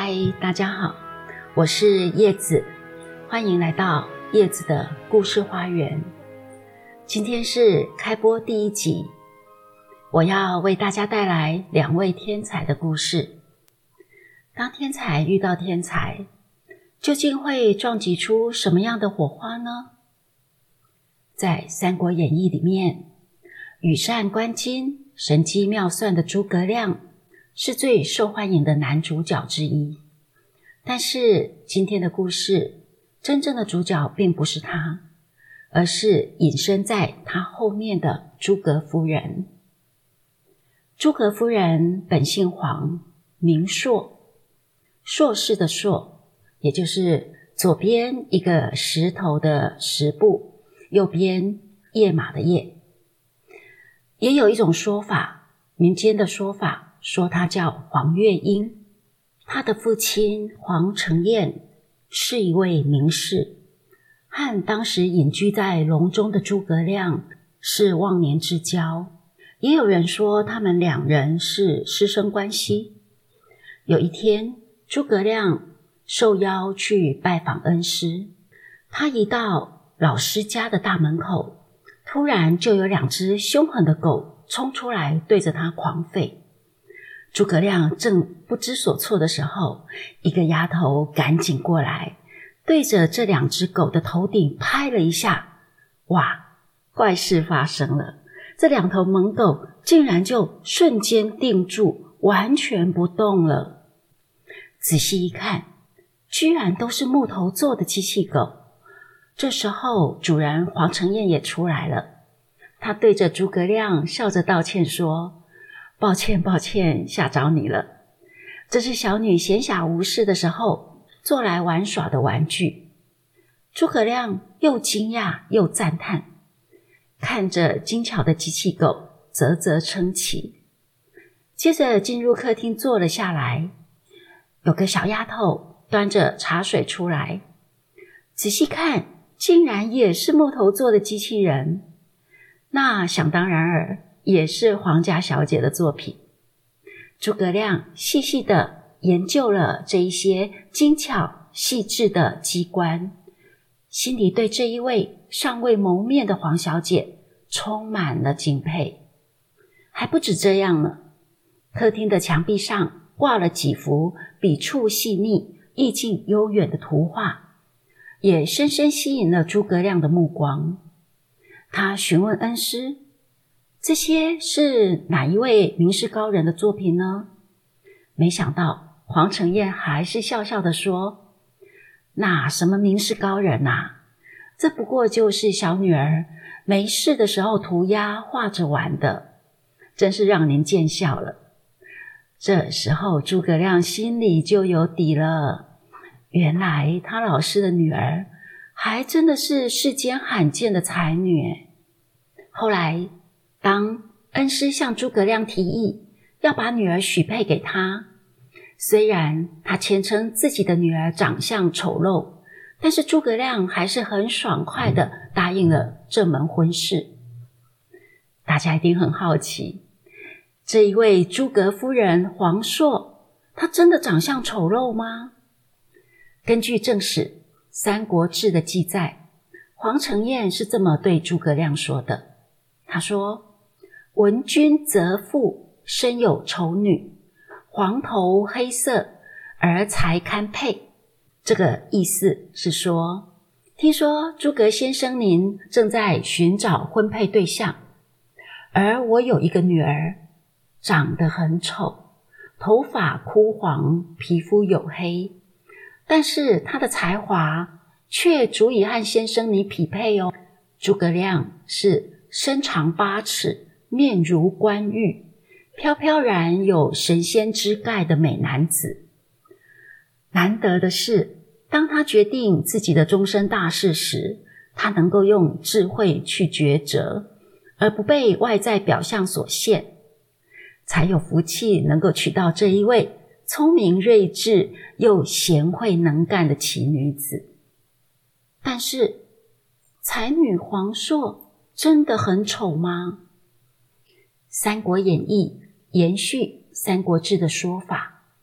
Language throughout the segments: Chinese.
嗨，大家好，我是叶子，欢迎来到叶子的故事花园。今天是开播第1集，我要为大家带来2位天才的故事。当天才遇到天才，究竟会撞击出什么样的火花呢？在《三国演义》里面，羽扇纶巾、神机妙算的诸葛亮是最受欢迎的男主角之一。但是今天的故事，真正的主角并不是他，而是隐身在他后面的诸葛夫人。诸葛夫人本姓黄，名硕，硕士的硕，也就是左边一个石头的石部，右边驿马的驿。也有一种说法，民间的说法，说他叫黄月英。他的父亲黄承彦是一位名士，和当时隐居在隆中的诸葛亮是忘年之交。也有人说他们2人是师生关系。有一天，诸葛亮受邀去拜访恩师，他一到老师家的大门口，突然就有2只凶狠的狗冲出来对着他狂吠。诸葛亮正不知所措的时候，一个丫头赶紧过来，对着这2只狗的头顶拍了一下。哇，怪事发生了，这2头猛狗竟然就瞬间定住，完全不动了。仔细一看，居然都是木头做的机器狗。这时候主人黄承彦也出来了，他对着诸葛亮笑着道歉说，抱歉，吓着你了。这是小女闲暇无事的时候做来玩耍的玩具。诸葛亮又惊讶又赞叹，看着精巧的机器狗，啧啧称奇。接着进入客厅坐了下来，有个小丫头端着茶水出来，仔细看，竟然也是木头做的机器人。那想当然尔，也是黄家小姐的作品。诸葛亮细细地研究了这一些精巧细致的机关，心里对这一位尚未谋面的黄小姐充满了敬佩。还不止这样呢，客厅的墙壁上挂了几幅笔触细腻、意境悠远的图画，也深深吸引了诸葛亮的目光。他询问恩师，这些是哪一位名士高人的作品呢？没想到黄承彦还是笑笑地说，哪什么名士高人啊，这不过就是小女儿没事的时候涂鸦画着玩的，真是让您见笑了。这时候诸葛亮心里就有底了，原来他老师的女儿还真的是世间罕见的才女。后来当恩师向诸葛亮提议要把女儿许配给他，虽然他谦称自己的女儿长相丑陋，但是诸葛亮还是很爽快地答应了这门婚事。大家一定很好奇，这一位诸葛夫人黄硕，她真的长相丑陋吗？根据正史《三国志》的记载，黄承彦是这么对诸葛亮说的。他说，闻君则妇，身有丑女，黄头黑色，而才堪配。这个意思是说，听说诸葛先生您正在寻找婚配对象，而我有一个女儿，长得很丑，头发枯黄，皮肤黝黑，但是她的才华却足以和先生你匹配哦。诸葛亮是身长8尺，面如冠玉，飘飘然有神仙之盖的美男子。难得的是，当他决定自己的终身大事时，他能够用智慧去抉择，而不被外在表象所限，才有福气能够娶到这一位聪明睿智又贤惠能干的奇女子。但是才女黄硕真的很丑吗？《三国演义》延续《三国志》的说法，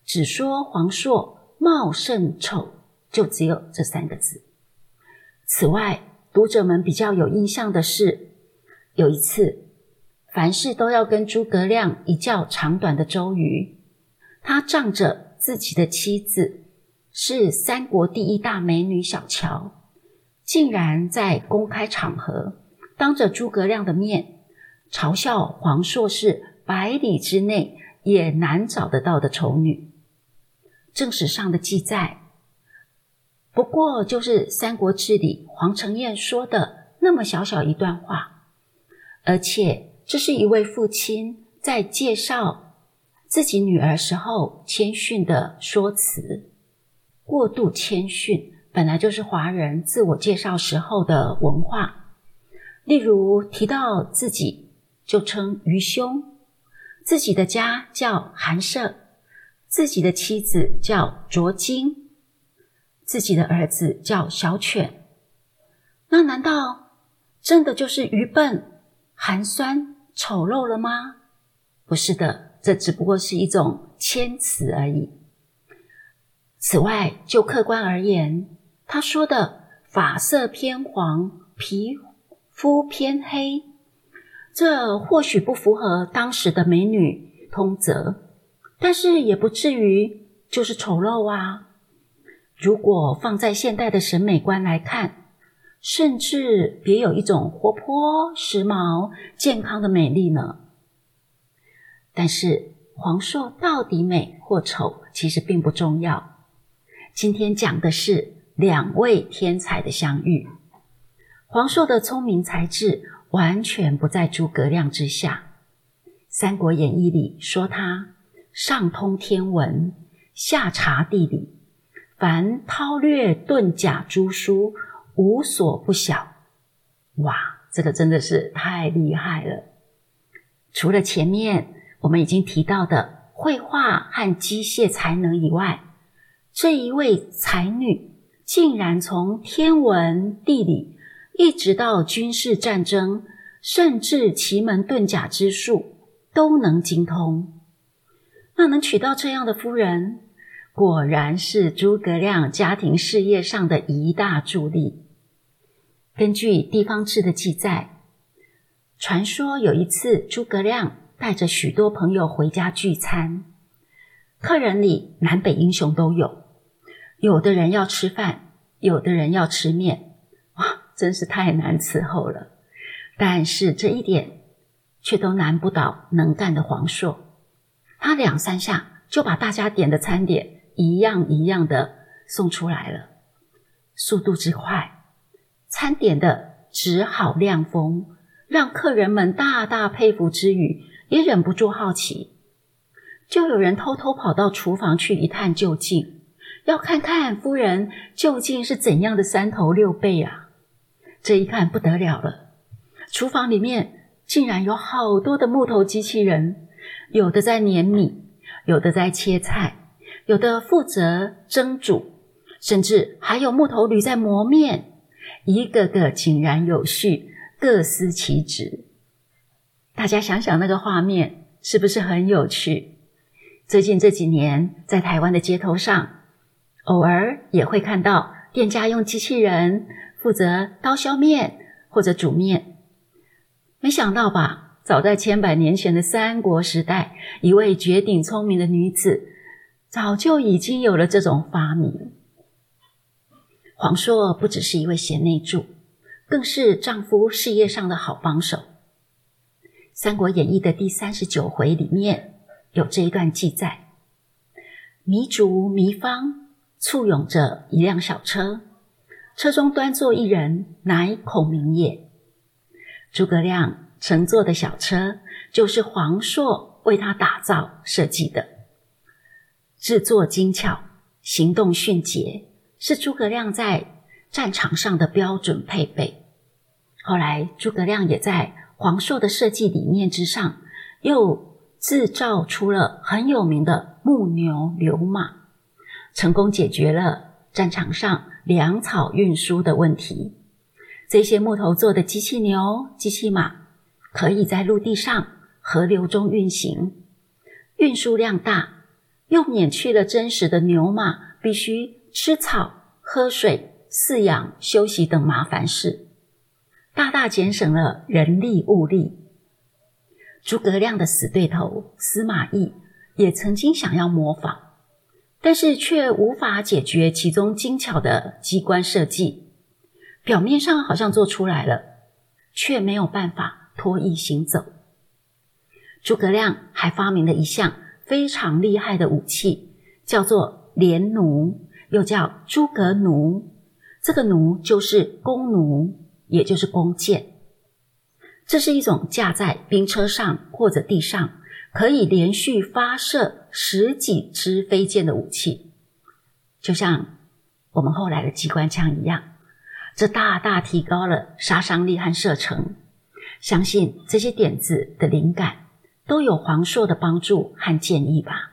只说黄硕貌甚丑，就只有这3个字。此外，读者们比较有印象的是，有一次凡事都要跟诸葛亮一较长短的周瑜，他仗着自己的妻子是三国第一大美女小乔，竟然在公开场合当着诸葛亮的面嘲笑黄硕是100里之内也难找得到的丑女。正史上的记载不过就是《三国志》里黄承彦说的那么小小一段话，而且这是一位父亲在介绍自己女儿时候谦逊的说辞。过度谦逊本来就是华人自我介绍时候的文化，例如提到自己就称于兄，自己的家叫韩舍，自己的妻子叫卓金，自己的儿子叫小犬。那难道真的就是愚笨、寒酸、丑陋了吗？不是的，这只不过是一种谦辞而已。此外，就客观而言，他说的发色偏黄、皮肤偏黑，这或许不符合当时的美女通则，但是也不至于就是丑陋啊。如果放在现代的审美观来看，甚至别有一种活泼、时髦、健康的美丽呢。但是黄硕到底美或丑，其实并不重要。今天讲的是2位天才的相遇。黄硕的聪明才智完全不在诸葛亮之下。《三国演义》里说他上通天文，下察地理，凡韬略遁甲诸书，无所不晓。哇，这个真的是太厉害了。除了前面我们已经提到的绘画和机械才能以外，这一位才女竟然从天文、地理一直到军事战争，甚至奇门遁甲之术都能精通。那能娶到这样的夫人，果然是诸葛亮家庭事业上的一大助力。根据地方志的记载，传说有一次诸葛亮带着许多朋友回家聚餐，客人里南北英雄都有，有的人要吃饭，有的人要吃面，哇，真是太难伺候了。但是这一点却都难不倒能干的黄硕，他2、3下就把大家点的餐点一样一样的送出来了。速度之快，餐点的质好亮风，让客人们大大佩服之余，也忍不住好奇。就有人偷偷跑到厨房去一探究竟，要看看夫人究竟是怎样的3头6臂啊。这一看不得了了，厨房里面竟然有好多的木头机器人，有的在碾米，有的在切菜，有的负责蒸煮，甚至还有木头驴在磨面，一个个井然有序，各司其职。大家想想那个画面是不是很有趣？最近这几年在台湾的街头上，偶尔也会看到店家用机器人负责刀削面或者煮面。没想到吧，早在千百年前的三国时代，一位绝顶聪明的女子早就已经有了这种发明。黄硕不只是一位贤内助，更是丈夫事业上的好帮手。《三国演义》的第39回里面有这一段记载：糜竺、糜芳簇拥着一辆小车，车中端坐一人，乃孔明也。诸葛亮乘坐的小车就是黄硕为他打造设计的，制作精巧，行动迅捷，是诸葛亮在战场上的标准配备。后来诸葛亮也在黄硕的设计理念之上，又制造出了很有名的木牛流马，成功解决了战场上粮草运输的问题。这些木头做的机器牛、机器马可以在陆地上、河流中运行，运输量大， 又免去了真实的牛马必须吃草、喝水、饲养、休息等麻烦事，大大节省了人力物力。诸葛亮的死对头司马懿也曾经想要模仿，但是却无法解决其中精巧的机关设计，表面上好像做出来了，却没有办法脱衣行走。诸葛亮还发明了一项非常厉害的武器，叫做连弩，又叫诸葛弩。这个弩就是弓弩，也就是弓箭。这是一种架在兵车上或者地上，可以连续发射10几支飞箭的武器，就像我们后来的机关枪一样。这大大提高了杀伤力和射程。相信这些点子的灵感都有黄硕的帮助和建议吧。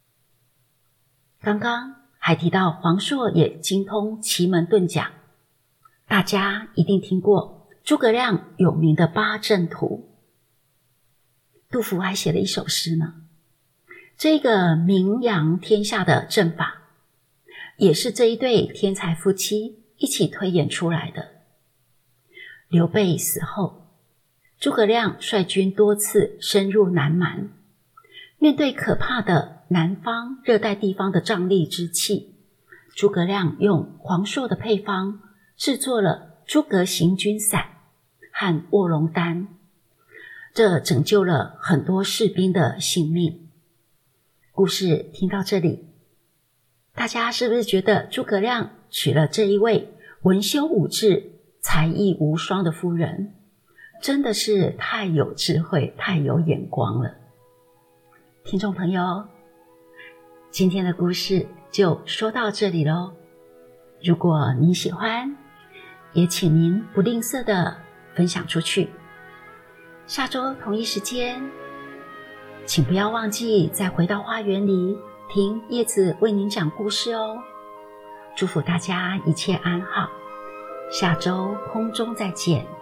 刚刚还提到黄硕也精通奇门遁甲，大家一定听过诸葛亮有名的八阵图，杜甫还写了一首诗呢。这个名扬天下的阵法，也是这一对天才夫妻一起推演出来的。刘备死后，诸葛亮率军多次深入南蛮，面对可怕的南方热带地方的瘴疠之气，诸葛亮用黄硕的配方制作了诸葛行军散和卧龙丹，这拯救了很多士兵的性命。故事听到这里，大家是不是觉得诸葛亮娶了这一位文修武治、才艺无双的夫人，真的是太有智慧、太有眼光了？听众朋友，今天的故事就说到这里咯。如果您喜欢，也请您不吝啬的分享出去。下周同一时间，请不要忘记再回到花园里听叶子为您讲故事哦。祝福大家一切安好，下周空中再见。